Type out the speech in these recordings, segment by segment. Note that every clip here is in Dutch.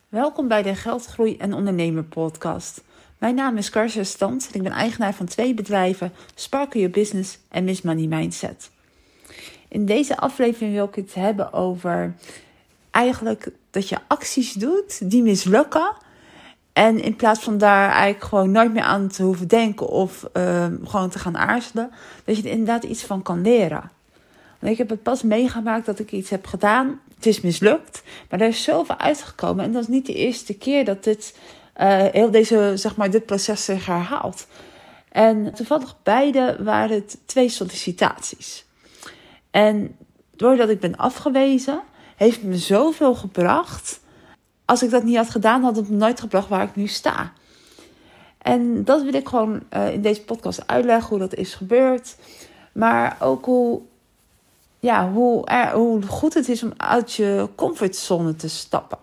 Welkom bij de Geldgroei en Ondernemer podcast. Mijn naam is Karsia Stans en ik ben eigenaar van 2 bedrijven, Sparkle Your Business en Miss Money Mindset. In deze aflevering wil ik het hebben over eigenlijk dat je acties doet die mislukken. En in plaats van daar eigenlijk gewoon nooit meer aan te hoeven denken of gewoon te gaan aarzelen, dat je er inderdaad iets van kan leren. Want ik heb het pas meegemaakt dat ik iets heb gedaan. Het is mislukt, maar er is zoveel uitgekomen. En dat is niet de eerste keer dat dit proces zich herhaalt. En toevallig beide waren het 2 sollicitaties. En doordat ik ben afgewezen, heeft het me zoveel gebracht. Als ik dat niet had gedaan, had het me nooit gebracht waar ik nu sta. En dat wil ik gewoon in deze podcast uitleggen, hoe dat is gebeurd. Maar ook hoe goed het is om uit je comfortzone te stappen.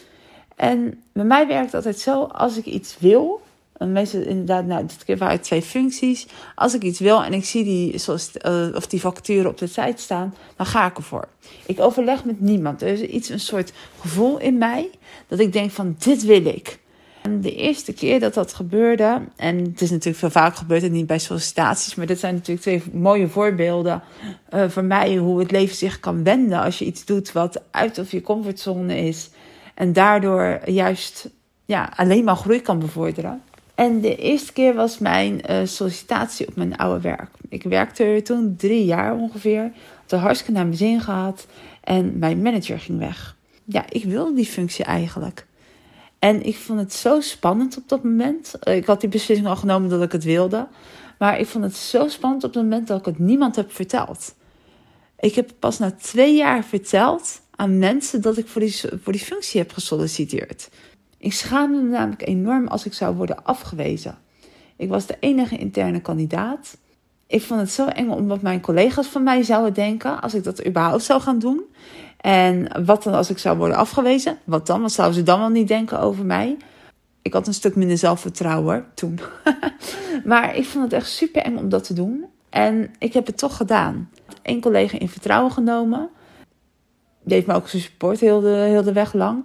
En bij mij werkt het altijd zo, als ik iets wil, en meestal inderdaad, dit keer waren het 2 functies. Als ik iets wil en ik zie die vacature op de site staan, dan ga ik ervoor. Ik overleg met niemand. Er is een soort gevoel in mij, dat ik denk van, dit wil ik. En de eerste keer dat gebeurde, en het is natuurlijk veel vaak gebeurd en niet bij sollicitaties, maar dit zijn natuurlijk 2 mooie voorbeelden voor mij hoe het leven zich kan wenden als je iets doet wat uit of je comfortzone is en daardoor juist alleen maar groei kan bevorderen. En de eerste keer was mijn sollicitatie op mijn oude werk. Ik werkte er toen 3 jaar ongeveer, had er hartstikke naar mijn zin gehad en mijn manager ging weg. Ja, ik wilde die functie eigenlijk. En ik vond het zo spannend op dat moment. Ik had die beslissing al genomen dat ik het wilde. Maar ik vond het zo spannend op dat moment dat ik het niemand heb verteld. Ik heb pas na 2 jaar verteld aan mensen dat ik voor die functie heb gesolliciteerd. Ik schaamde me namelijk enorm als ik zou worden afgewezen. Ik was de enige interne kandidaat. Ik vond het zo eng om wat mijn collega's van mij zouden denken als ik dat überhaupt zou gaan doen. En wat dan als ik zou worden afgewezen? Wat dan? Wat zouden ze dan wel niet denken over mij? Ik had een stuk minder zelfvertrouwen toen. Maar ik vond het echt super eng om dat te doen. En ik heb het toch gedaan. Ik heb 1 collega in vertrouwen genomen. Die heeft me ook gesupport heel de weg lang.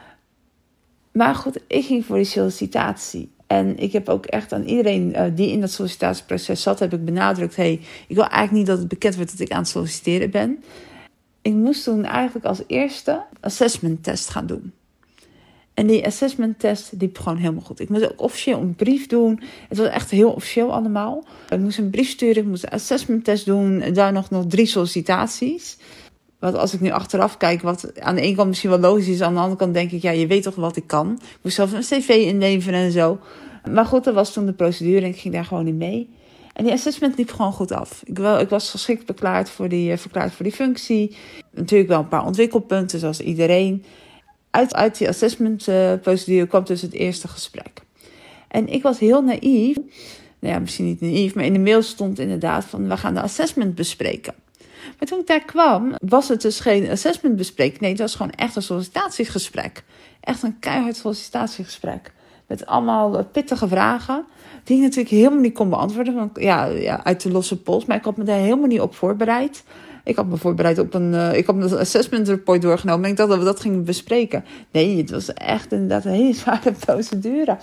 Maar goed, ik ging voor die sollicitatie. En ik heb ook echt aan iedereen die in dat sollicitatieproces zat, heb ik benadrukt, ik wil eigenlijk niet dat het bekend wordt dat ik aan het solliciteren ben. Ik moest toen eigenlijk als eerste assessment test gaan doen. En die assessment test liep gewoon helemaal goed. Ik moest ook officieel een brief doen. Het was echt heel officieel allemaal. Ik moest een brief sturen, ik moest een assessment test doen. En daar nog 3 sollicitaties. Want als ik nu achteraf kijk, wat aan de ene kant misschien wel logisch is, aan de andere kant denk ik, je weet toch wat ik kan. Ik moest zelf een cv inleveren en zo. Maar goed, dat was toen de procedure en ik ging daar gewoon in mee. En die assessment liep gewoon goed af. Ik was geschikt verklaard voor die functie. Natuurlijk wel een paar ontwikkelpunten, zoals iedereen. Uit die assessmentprocedure kwam dus het eerste gesprek. En ik was heel naïef. Nou ja, misschien niet naïef, maar in de mail stond inderdaad van, we gaan de assessment bespreken. Maar toen ik daar kwam, was het dus geen assessment bespreken. Nee, het was gewoon echt een sollicitatiegesprek. Echt een keihard sollicitatiegesprek. Met allemaal pittige vragen. Die ik natuurlijk helemaal niet kon beantwoorden. Want uit de losse pols. Maar ik had me daar helemaal niet op voorbereid. Ik had me voorbereid op ik had een assessment report doorgenomen. En ik dacht dat we dat gingen bespreken. Nee, het was echt inderdaad een hele zware procedure.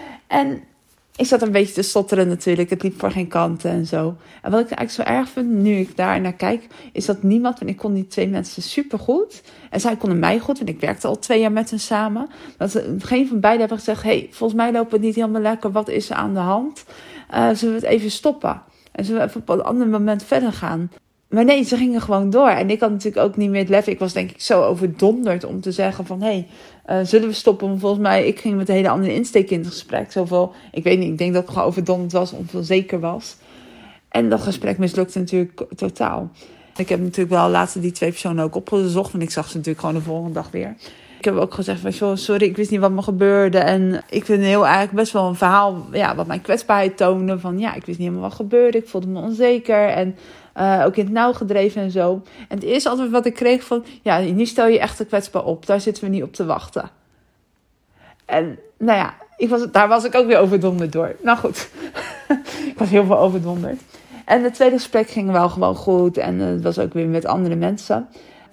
En ik zat een beetje te stotteren natuurlijk. Het liep voor geen kanten en zo. En wat ik eigenlijk zo erg vind, nu ik daar naar kijk, is dat niemand, want ik kon die 2 mensen supergoed. En zij konden mij goed, want ik werkte al 2 jaar met hen samen. Dat geen van beiden hebben gezegd, volgens mij lopen we het niet helemaal lekker. Wat is er aan de hand? Zullen we het even stoppen? En zullen we even op een ander moment verder gaan? Maar nee, ze gingen gewoon door. En ik had natuurlijk ook niet meer het lef. Ik was denk ik zo overdonderd om te zeggen van, zullen we stoppen? Want volgens mij, ik ging met een hele andere insteek in het gesprek. Zoveel, ik weet niet, ik denk dat ik gewoon overdonderd was, onzeker was. En dat gesprek mislukte natuurlijk totaal. Ik heb natuurlijk wel later die 2 personen ook opgezocht, want ik zag ze natuurlijk gewoon de volgende dag weer. Ik heb ook gezegd van, sorry, ik wist niet wat me gebeurde. En ik vind eigenlijk best wel een verhaal, wat mijn kwetsbaarheid toonde. Van ik wist niet helemaal wat gebeurde, ik voelde me onzeker en ook in het nauw gedreven en zo. En het eerste antwoord wat ik kreeg van, nu stel je echt te kwetsbaar op. Daar zitten we niet op te wachten. En daar was ik ook weer overdonderd door. Nou goed, ik was heel veel overdonderd. En het tweede gesprek ging wel gewoon goed. En het was ook weer met andere mensen.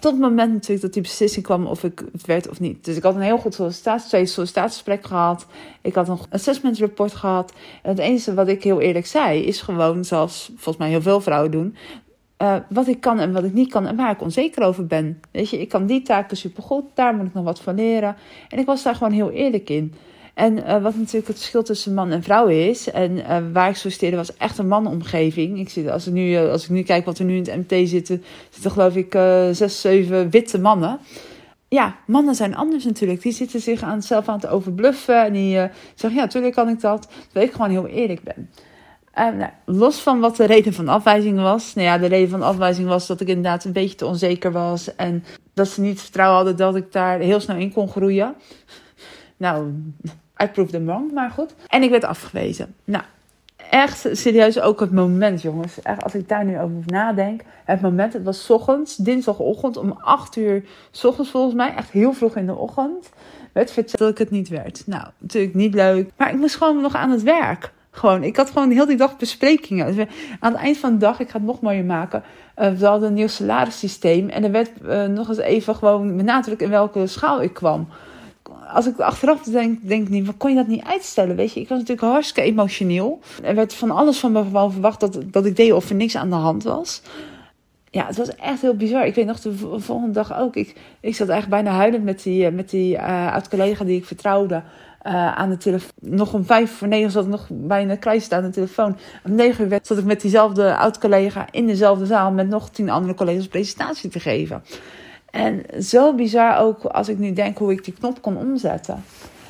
Tot het moment natuurlijk dat die beslissing kwam of ik het werd of niet. Dus ik had een heel goed sollicitatiegesprek gehad. Ik had een assessment report gehad. En het enige wat ik heel eerlijk zei is gewoon, zoals volgens mij heel veel vrouwen doen, wat ik kan en wat ik niet kan en waar ik onzeker over ben. Weet je, ik kan die taken supergoed, daar moet ik nog wat van leren. En ik was daar gewoon heel eerlijk in. En wat natuurlijk het verschil tussen man en vrouw is, en waar ik solliciteerde was echt een mannenomgeving. Als ik nu kijk wat er nu in het MT zitten geloof ik 6, 7 witte mannen. Ja, mannen zijn anders natuurlijk. Die zitten zich zelf aan het overbluffen en die zeggen, ja, natuurlijk kan ik dat. Terwijl ik gewoon heel eerlijk ben. Los van wat de reden van afwijzing was. Nou ja, de reden van afwijzing was dat ik inderdaad een beetje te onzeker was. En dat ze niet vertrouwen hadden dat ik daar heel snel in kon groeien. Nou, I proved them wrong, maar goed. En ik werd afgewezen. Nou, echt serieus ook het moment, jongens. Echt, als ik daar nu over nadenk. Het moment, het was 's ochtends, dinsdagochtend om 8 uur 's ochtends volgens mij. Echt heel vroeg in de ochtend. Werd verteld dat ik het niet werd. Nou, natuurlijk niet leuk. Maar ik moest gewoon nog aan het werk. Ik had gewoon heel die dag besprekingen. Dus aan het eind van de dag, ik ga het nog mooier maken. We hadden een nieuw salarissysteem. En er werd nog eens even gewoon benadrukt in welke schaal ik kwam. Als ik achteraf denk ik niet, maar kon je dat niet uitstellen? Weet je, ik was natuurlijk hartstikke emotioneel. Er werd van alles van me gewoon verwacht dat ik deed of er niks aan de hand was. Ja, het was echt heel bizar. Ik weet nog de volgende dag ook. Ik zat eigenlijk bijna huilend met die oud-collega die ik vertrouwde. Aan de telefoon. Nog om 8:55 zat ik nog bijna kruisend aan de telefoon. Om 9 uur zat ik met diezelfde oud-collega in dezelfde zaal met nog 10 andere collega's presentatie te geven. En zo bizar ook als ik nu denk hoe ik die knop kon omzetten.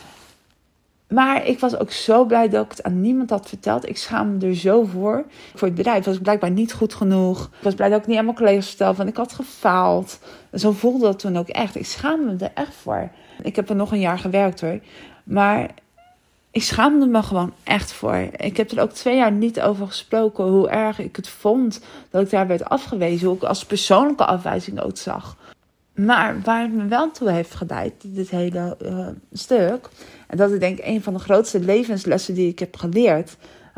Maar ik was ook zo blij dat ik het aan niemand had verteld. Ik schaamde me er zo voor. Voor het bedrijf was ik blijkbaar niet goed genoeg. Ik was blij dat ik niet aan mijn collega's vertelde, want ik had gefaald. Zo voelde dat toen ook echt. Ik schaamde me er echt voor. Ik heb er nog een jaar gewerkt hoor. Maar ik schaamde me gewoon echt voor. Ik heb er ook 2 jaar niet over gesproken hoe erg ik het vond dat ik daar werd afgewezen. Hoe ik als persoonlijke afwijzing ook zag. Maar waar het me wel toe heeft geleid, dit hele stuk. En dat is denk ik een van de grootste levenslessen die ik heb geleerd.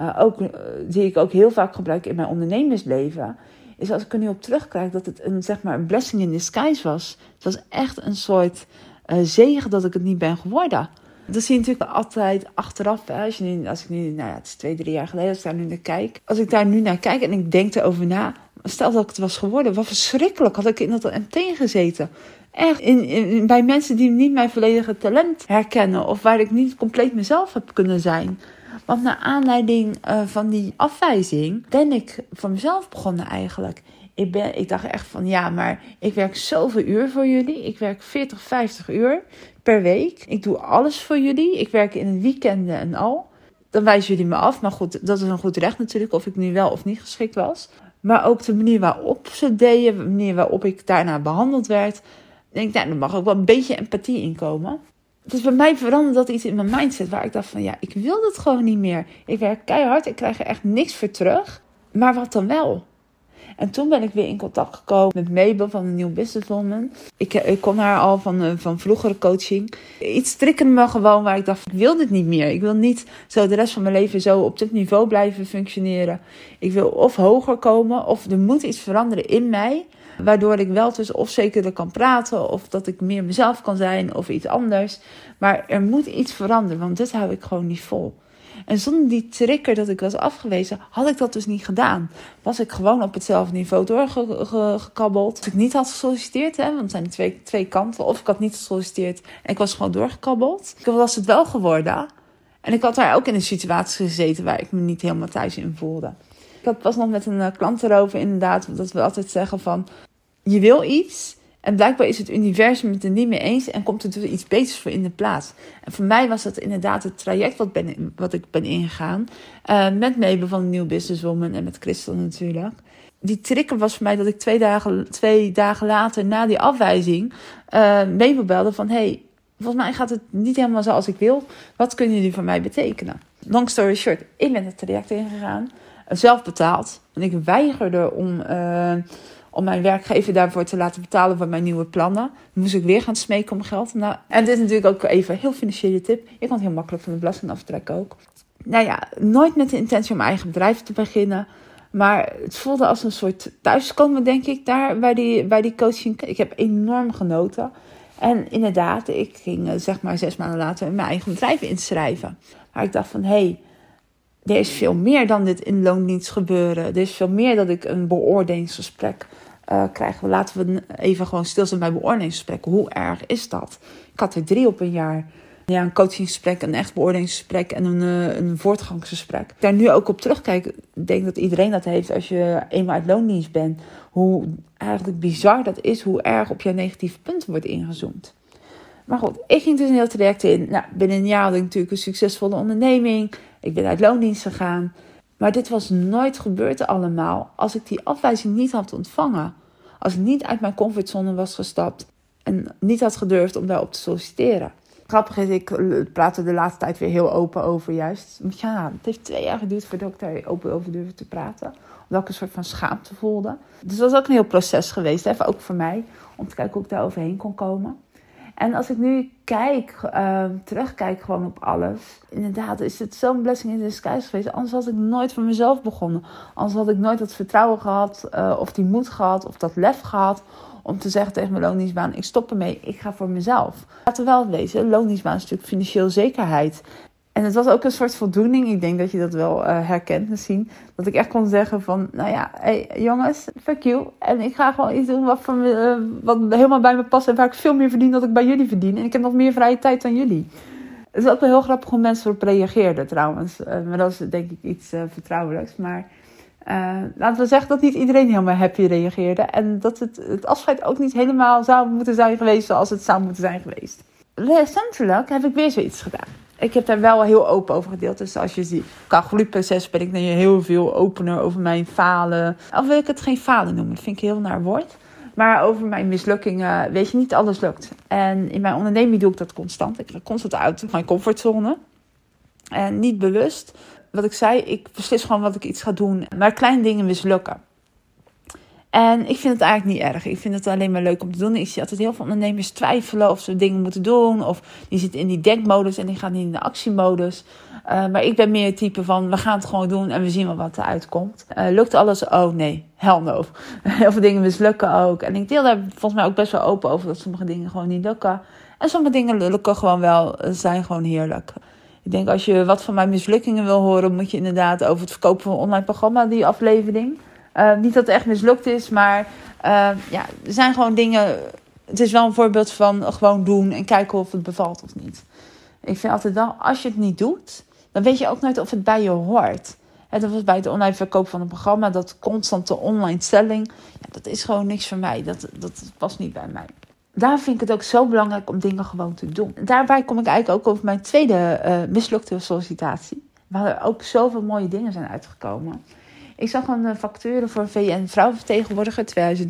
Die ik ook heel vaak gebruik in mijn ondernemersleven. Is als ik er nu op terugkijk dat het een blessing in disguise was. Het was echt een soort zegen dat ik het niet ben geworden. Dat zie je natuurlijk altijd achteraf. Hè? Het is 2, 3 jaar geleden als ik daar nu naar kijk. Als ik daar nu naar kijk en ik denk erover na. Stel dat ik het was geworden. Wat verschrikkelijk had ik in dat MT gezeten. Echt, bij mensen die niet mijn volledige talent herkennen. Of waar ik niet compleet mezelf heb kunnen zijn. Want naar aanleiding van die afwijzing ben ik voor mezelf begonnen eigenlijk. Ik dacht echt van ja, maar ik werk zoveel uur voor jullie. Ik werk 40, 50 uur per week. Ik doe alles voor jullie. Ik werk in het weekenden en al. Dan wijzen jullie me af. Maar goed, dat is een goed recht natuurlijk of ik nu wel of niet geschikt was. Maar ook de manier waarop ze deden, de manier waarop ik daarna behandeld werd. Denk ik, er mag ook wel een beetje empathie in komen. Dus bij mij veranderde dat iets in mijn mindset waar ik dacht van ja, ik wil dat gewoon niet meer. Ik werk keihard, ik krijg er echt niks voor terug. Maar wat dan wel? En toen ben ik weer in contact gekomen met Mabel van de New Business Woman. Ik kon haar al van vroegere coaching. Iets triggerde me gewoon waar ik dacht, ik wil dit niet meer. Ik wil niet zo de rest van mijn leven zo op dit niveau blijven functioneren. Ik wil of hoger komen of er moet iets veranderen in mij. Waardoor ik wel dus of zekerder kan praten of dat ik meer mezelf kan zijn of iets anders. Maar er moet iets veranderen, want dit hou ik gewoon niet vol. En zonder die trigger dat ik was afgewezen, had ik dat dus niet gedaan. Was ik gewoon op hetzelfde niveau doorgekabbeld. Als ik niet had gesolliciteerd, want het zijn twee kanten. Of ik had niet gesolliciteerd en ik was gewoon doorgekabbeld. Ik was het wel geworden. En ik had daar ook in een situatie gezeten waar ik me niet helemaal thuis in voelde. Ik had pas nog met een klant erover inderdaad, dat we altijd zeggen van, je wil iets. En blijkbaar is het universum het er niet mee eens en komt er dus iets beters voor in de plaats. En voor mij was dat inderdaad het traject wat ik ben ingegaan. Met Mabel van de New Business Woman en met Christel natuurlijk. Die trigger was voor mij dat ik 2 dagen later na die afwijzing Mabel belde van, hey, volgens mij gaat het niet helemaal zoals ik wil. Wat kunnen jullie voor mij betekenen? Long story short, ik ben het traject ingegaan. Zelf betaald. En ik weigerde om mijn werkgever daarvoor te laten betalen voor mijn nieuwe plannen. Dan moest ik weer gaan smeken om geld. Nou, en dit is natuurlijk ook even een heel financiële tip. Je kan het heel makkelijk van de belasting aftrekken ook. Nou ja, nooit met de intentie om mijn eigen bedrijf te beginnen. Maar het voelde als een soort thuiskomen, denk ik, daar bij die coaching. Ik heb enorm genoten. En inderdaad, ik ging 6 maanden later mijn eigen bedrijf inschrijven. Maar ik dacht van, er is veel meer dan dit in loondienst gebeuren. Er is veel meer dat ik een beoordelingsgesprek krijg. Laten we even gewoon stilstaan bij beoordelingsgesprekken. Hoe erg is dat? Ik had er 3 op een jaar. Ja, een coachingsgesprek, een echt beoordelingsgesprek en een voortgangsgesprek. Ik daar nu ook op terugkijk, ik denk dat iedereen dat heeft als je eenmaal uit loondienst bent. Hoe eigenlijk bizar dat is, hoe erg op jouw negatieve punten wordt ingezoomd. Maar goed, ik ging dus een heel traject in. Nou, binnen een jaar had ik natuurlijk een succesvolle onderneming. Ik ben uit loondienst gegaan. Maar dit was nooit gebeurd allemaal als ik die afwijzing niet had ontvangen. Als ik niet uit mijn comfortzone was gestapt en niet had gedurfd om daarop te solliciteren. Grappig is, ik praat er de laatste tijd weer heel open over juist. Ja, het heeft 2 jaar geduurd voordat ik daar open over durfde te praten. Omdat ik een soort van schaamte voelde. Dus dat was ook een heel proces geweest, even ook voor mij. Om te kijken hoe ik daar overheen kon komen. En als ik nu terugkijk gewoon op alles. Inderdaad, is het zo'n blessing in disguise geweest. Anders had ik nooit voor mezelf begonnen. Anders had ik nooit dat vertrouwen gehad. Of die moed gehad. Of dat lef gehad. Om te zeggen tegen mijn loondienstbaan, ik stop ermee, ik ga voor mezelf. Laten we wel wezen, loondienstbaan is natuurlijk financieel zekerheid. En het was ook een soort voldoening, ik denk dat je dat wel herkent misschien. Dat ik echt kon zeggen van, jongens, fuck you. En ik ga gewoon iets doen wat helemaal bij me past en waar ik veel meer verdien dan ik bij jullie verdien. En ik heb nog meer vrije tijd dan jullie. Het is ook wel heel grappig hoe mensen erop reageerden trouwens. Maar dat is denk ik iets vertrouwelijks, maar... laten we zeggen dat niet iedereen helemaal happy reageerde. En dat het afscheid ook niet helemaal zou moeten zijn geweest zoals het zou moeten zijn geweest. Recentelijk heb ik weer zoiets gedaan. Ik heb daar wel heel open over gedeeld. Dus als je ziet, qua groeiproces ben ik nu heel veel opener over mijn falen. Of wil ik het geen falen noemen, dat vind ik een heel naar woord. Maar over mijn mislukkingen, weet je, niet alles lukt. En in mijn onderneming doe ik dat constant. Ik ga constant uit mijn comfortzone. En niet bewust. Wat ik zei, ik beslis gewoon wat ik iets ga doen. Maar kleine dingen mislukken. En ik vind het eigenlijk niet erg. Ik vind het alleen maar leuk om te doen. Ik zie altijd heel veel ondernemers twijfelen of ze dingen moeten doen. Of die zitten in die denkmodus en die gaan niet in de actiemodus. Maar ik ben meer het type van, we gaan het gewoon doen en we zien wel wat eruit komt. Lukt alles? Oh nee, hell no. Heel veel dingen mislukken ook. En ik deel daar volgens mij ook best wel open over dat sommige dingen gewoon niet lukken. En sommige dingen lukken gewoon wel, zijn gewoon heerlijk. Ik denk als je wat van mijn mislukkingen wil horen, moet je inderdaad over het verkopen van een online programma, die aflevering. Niet dat het echt mislukt is, maar er zijn gewoon dingen. Het is wel een voorbeeld van gewoon doen en kijken of het bevalt of niet. Ik vind altijd wel, als je het niet doet, dan weet je ook nooit of het bij je hoort. Dat was bij het online verkopen van een programma, dat constante online selling. Ja, dat is gewoon niks voor mij. Dat past niet bij mij. Daar vind ik het ook zo belangrijk om dingen gewoon te doen. Daarbij kom ik eigenlijk ook over mijn tweede mislukte sollicitatie. Waar er ook zoveel mooie dingen zijn uitgekomen. Ik zag een vacature voor VN Vrouwenvertegenwoordiger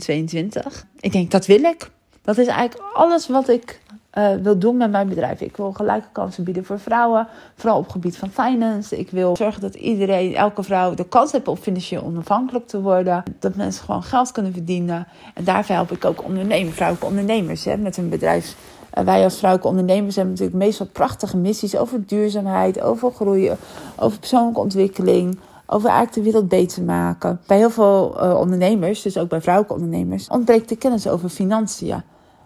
2022. Ik denk, dat wil ik. Dat is eigenlijk alles wat ik wil doen met mijn bedrijf. Ik wil gelijke kansen bieden voor vrouwen. Vooral op het gebied van finance. Ik wil zorgen dat elke vrouw de kans heeft om financieel onafhankelijk te worden. Dat mensen gewoon geld kunnen verdienen. En daarvoor help ik ook vrouwelijke ondernemers met hun bedrijf. Wij als vrouwelijke ondernemers hebben natuurlijk meestal prachtige missies over duurzaamheid, over groeien, over persoonlijke ontwikkeling. Over eigenlijk de wereld beter maken. Bij heel veel ondernemers, dus ook bij vrouwelijke ondernemers, ontbreekt de kennis over financiën.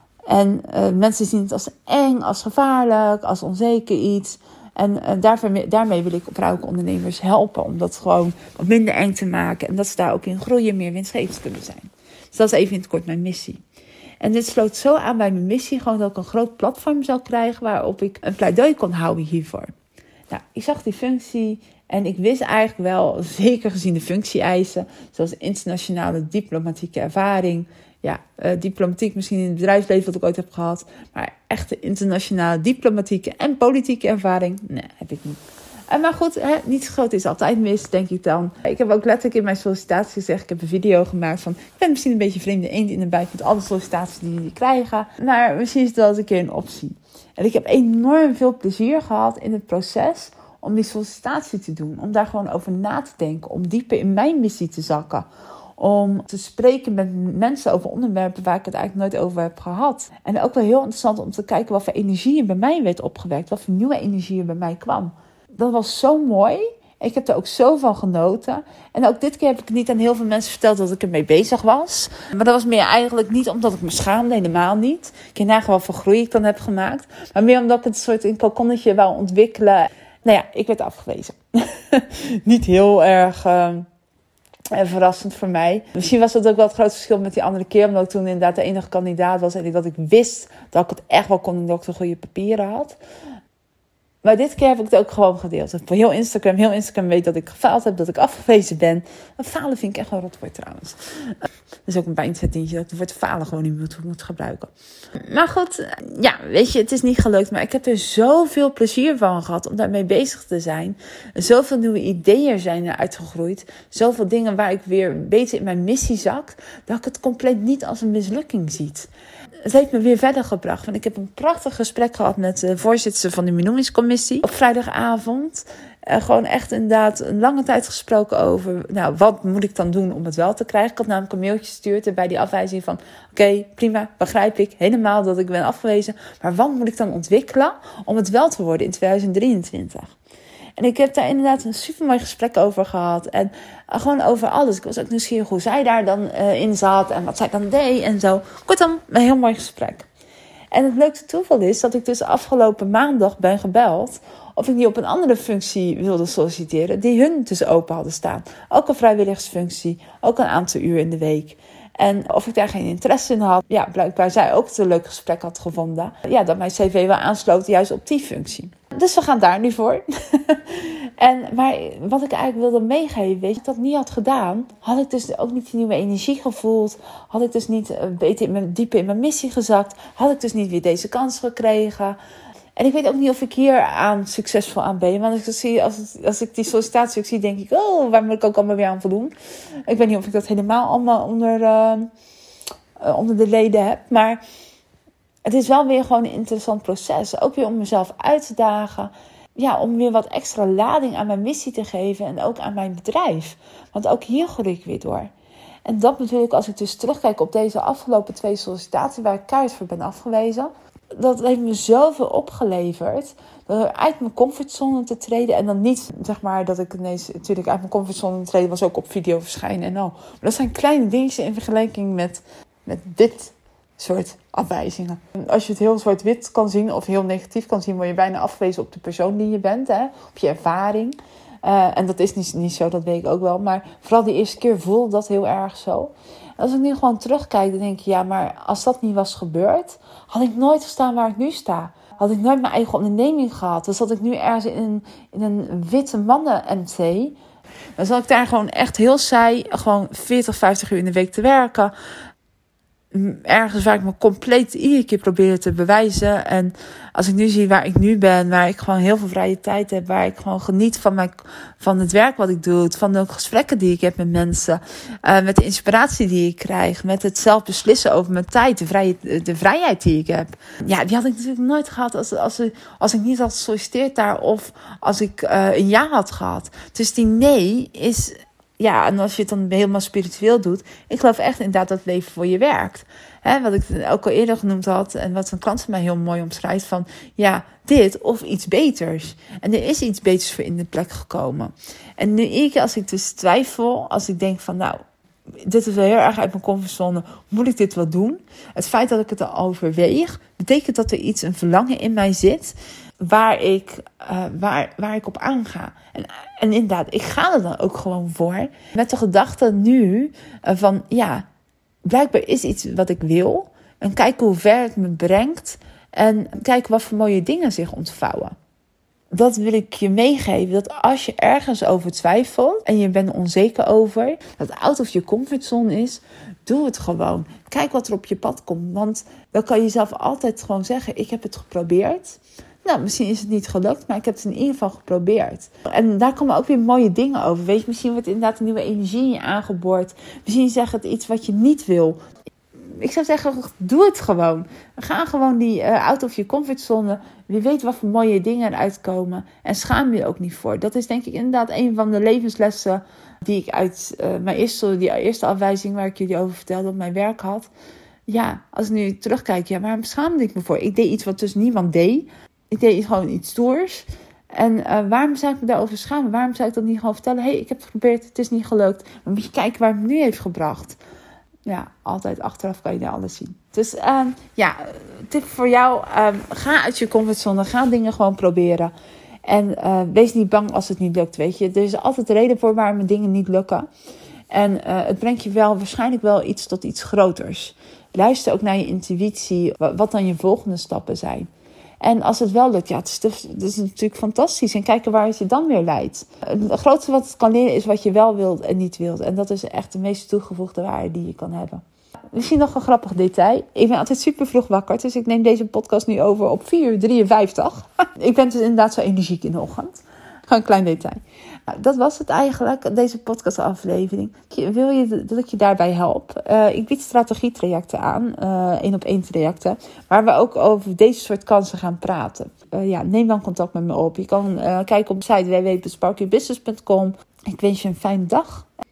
En mensen zien het als eng, als gevaarlijk, als onzeker iets. En daarmee wil ik vrouwelijke ondernemers helpen om dat gewoon wat minder eng te maken. En dat ze daar ook in groeien, meer winstgevend kunnen zijn. Dus dat is even in het kort mijn missie. En dit sloot zo aan bij mijn missie, gewoon dat ik een groot platform zou krijgen waarop ik een pleidooi kon houden hiervoor. Nou, ik zag die functie en ik wist eigenlijk wel, zeker gezien de functie-eisen, zoals internationale diplomatieke ervaring. Ja, diplomatiek misschien in het bedrijfsleven wat ik ooit heb gehad, maar echte internationale diplomatieke en politieke ervaring, nee, heb ik niet. Maar goed, niets groot is altijd mis, denk ik dan. Ik heb ook letterlijk in mijn sollicitatie gezegd, ik heb een video gemaakt van, ik ben misschien een beetje vreemde eend in de bijt met alle sollicitaties die jullie krijgen, maar misschien is het wel eens een keer een optie. En ik heb enorm veel plezier gehad in het proces om die sollicitatie te doen. Om daar gewoon over na te denken. Om dieper in mijn missie te zakken. Om te spreken met mensen over onderwerpen waar ik het eigenlijk nooit over heb gehad. En ook wel heel interessant om te kijken wat voor energie er bij mij werd opgewekt. Wat voor nieuwe energie er bij mij kwam. Dat was zo mooi. Ik heb er ook zo van genoten. En ook dit keer heb ik niet aan heel veel mensen verteld dat ik ermee bezig was. Maar dat was meer eigenlijk niet omdat ik me schaamde, helemaal niet. Ik ken nagaan wat voor groei ik dan heb gemaakt. Maar meer omdat ik het soort in kokonnetje wou ontwikkelen. Nou ja, ik werd afgewezen. Niet heel erg verrassend voor mij. Misschien was dat ook wel het grootste verschil met die andere keer. Omdat ik toen inderdaad de enige kandidaat was. En dat ik wist dat ik het echt wel kon en dat ik de goede papieren had. Maar dit keer heb ik het ook gewoon gedeeld. Heel Instagram weet dat ik gefaald heb, dat ik afgewezen ben. En falen vind ik echt een rotwoord trouwens. Dat is ook een bijnzettientje, dat het woord falen gewoon niet moet gebruiken. Maar goed, ja, weet je, het is niet gelukt. Maar ik heb er zoveel plezier van gehad om daarmee bezig te zijn. Zoveel nieuwe ideeën zijn er uitgegroeid. Zoveel dingen waar ik weer beter in mijn missie zak. Dat ik het compleet niet als een mislukking zie. Het heeft me weer verder gebracht. Want ik heb een prachtig gesprek gehad met de voorzitter van de benoemingscommissie op vrijdagavond. Gewoon echt inderdaad een lange tijd gesproken over, nou, wat moet ik dan doen om het wel te krijgen? Ik had namelijk een mailtje gestuurd en bij die afwijzing van, oké, prima, begrijp ik helemaal dat ik ben afgewezen. Maar wat moet ik dan ontwikkelen om het wel te worden in 2023? En ik heb daar inderdaad een supermooi gesprek over gehad. En gewoon over alles. Ik was ook nieuwsgierig hoe zij daar dan in zat. En wat zij dan deed en zo. Kortom, een heel mooi gesprek. En het leukste toeval is dat ik dus afgelopen maandag ben gebeld. Of ik niet op een andere functie wilde solliciteren. Die hun dus open hadden staan. Ook een vrijwilligersfunctie. Ook een aantal uur in de week. En of ik daar geen interesse in had. Ja, blijkbaar zij ook het een leuk gesprek had gevonden. Ja, dat mijn cv wel aansloot juist op die functie. Dus we gaan daar nu voor. Maar wat ik eigenlijk wilde meegeven, weet je, dat ik niet had gedaan, had ik dus ook niet die nieuwe energie gevoeld. Had ik dus niet dieper in mijn missie gezakt. Had ik dus niet weer deze kans gekregen. En ik weet ook niet of ik hier succesvol aan ben. Want als ik die sollicitatie ook zie, denk ik, oh, waar moet ik ook allemaal weer aan voldoen? Ik weet niet of ik dat helemaal allemaal onder de leden heb. Maar het is wel weer gewoon een interessant proces. Ook weer om mezelf uit te dagen. Ja, om weer wat extra lading aan mijn missie te geven. En ook aan mijn bedrijf. Want ook hier groei ik weer door. En dat bedoel ik als ik dus terugkijk op deze afgelopen 2 sollicitaties. Waar ik keihard voor ben afgewezen. Dat heeft me zoveel opgeleverd. Door uit mijn comfortzone te treden. En dan niet, zeg maar, dat ik ineens natuurlijk uit mijn comfortzone te treden was ook op video verschijnen en al. Maar dat zijn kleine dingetjes in vergelijking met dit soort afwijzingen. Als je het heel zwart-wit kan zien of heel negatief kan zien, word je bijna afgewezen op de persoon die je bent, hè? Op je ervaring. En dat is niet zo, dat weet ik ook wel. Maar vooral die eerste keer voelde dat heel erg zo. En als ik nu gewoon terugkijk, dan denk ik, ja, maar als dat niet was gebeurd, had ik nooit gestaan waar ik nu sta. Had ik nooit mijn eigen onderneming gehad. Dan zat ik nu ergens in een witte mannen-MC. Dan zat ik daar gewoon echt heel saai, gewoon 40, 50 uur in de week te werken. Ergens waar ik me compleet iedere keer probeerde te bewijzen. En als ik nu zie waar ik nu ben, waar ik gewoon heel veel vrije tijd heb, waar ik gewoon geniet van het werk wat ik doe, van de gesprekken die ik heb met mensen, met de inspiratie die ik krijg, met het zelf beslissen over mijn tijd, de vrijheid die ik heb. Ja, die had ik natuurlijk nooit gehad als ik niet had gesolliciteerd daar of als ik een ja had gehad. Dus die nee is... Ja, en als je het dan helemaal spiritueel doet. Ik geloof echt inderdaad dat het leven voor je werkt. Wat ik ook al eerder genoemd had. En wat een klant van mij heel mooi omschrijft. Van ja, dit of iets beters. En er is iets beters voor in de plek gekomen. En nu als ik dus twijfel. Als ik denk van nou, dit is wel heel erg uit mijn comfortzone. Moet ik dit wel doen? Het feit dat ik het al overweeg. Betekent dat er een verlangen in mij zit. Waar ik op aanga. En inderdaad, ik ga er dan ook gewoon voor. Met de gedachte nu van ja, blijkbaar is iets wat ik wil. En kijk hoe ver het me brengt. En kijk wat voor mooie dingen zich ontvouwen. Dat wil ik je meegeven. Dat als je ergens over twijfelt en je bent onzeker over. Dat out of je comfortzone is. Doe het gewoon. Kijk wat er op je pad komt. Want dan kan je jezelf altijd gewoon zeggen. Ik heb het geprobeerd. Nou, misschien is het niet gelukt, maar ik heb het in ieder geval geprobeerd. En daar komen ook weer mooie dingen over. Weet je, misschien wordt inderdaad een nieuwe energie in je aangeboord. Misschien zegt het iets wat je niet wil. Ik zou zeggen, doe het gewoon. Ga gewoon die out of je comfortzone. Wie weet wat voor mooie dingen eruit komen. En schaam je ook niet voor. Dat is denk ik inderdaad een van de levenslessen die ik uit die eerste afwijzing waar ik jullie over vertelde op mijn werk had. Ja, als ik nu terugkijk, ja, waarom schaamde ik me voor? Ik deed iets wat dus niemand deed. Ik deed gewoon iets stoers. En waarom zou ik me daarover schamen? Waarom zou ik dat niet gewoon vertellen? Hey, ik heb het geprobeerd, het is niet gelukt. Maar moet je kijken waar het me nu heeft gebracht. Ja, altijd achteraf kan je daar alles zien. Dus tip voor jou. Ga uit je comfortzone. Ga dingen gewoon proberen. En wees niet bang als het niet lukt, weet je. Er is altijd reden voor waarom dingen niet lukken. En het brengt je waarschijnlijk wel iets tot iets groters. Luister ook naar je intuïtie. Wat dan je volgende stappen zijn. En als het wel lukt, ja, het is natuurlijk fantastisch. En kijken waar het je dan weer leidt. Het grootste wat het kan leren is wat je wel wilt en niet wilt. En dat is echt de meest toegevoegde waarde die je kan hebben. Misschien nog een grappig detail. Ik ben altijd super vroeg wakker. Dus ik neem deze podcast nu over op 4:53. Ik ben dus inderdaad zo energiek in de ochtend. Gewoon een klein detail. Nou, dat was het eigenlijk, deze podcastaflevering. Wil je dat ik je daarbij help? Ik bied strategietrajecten aan, 1-op-1 trajecten, waar we ook over deze soort kansen gaan praten. Neem dan contact met me op. Je kan kijken op de site www.sparklybusiness.com. Ik wens je een fijne dag.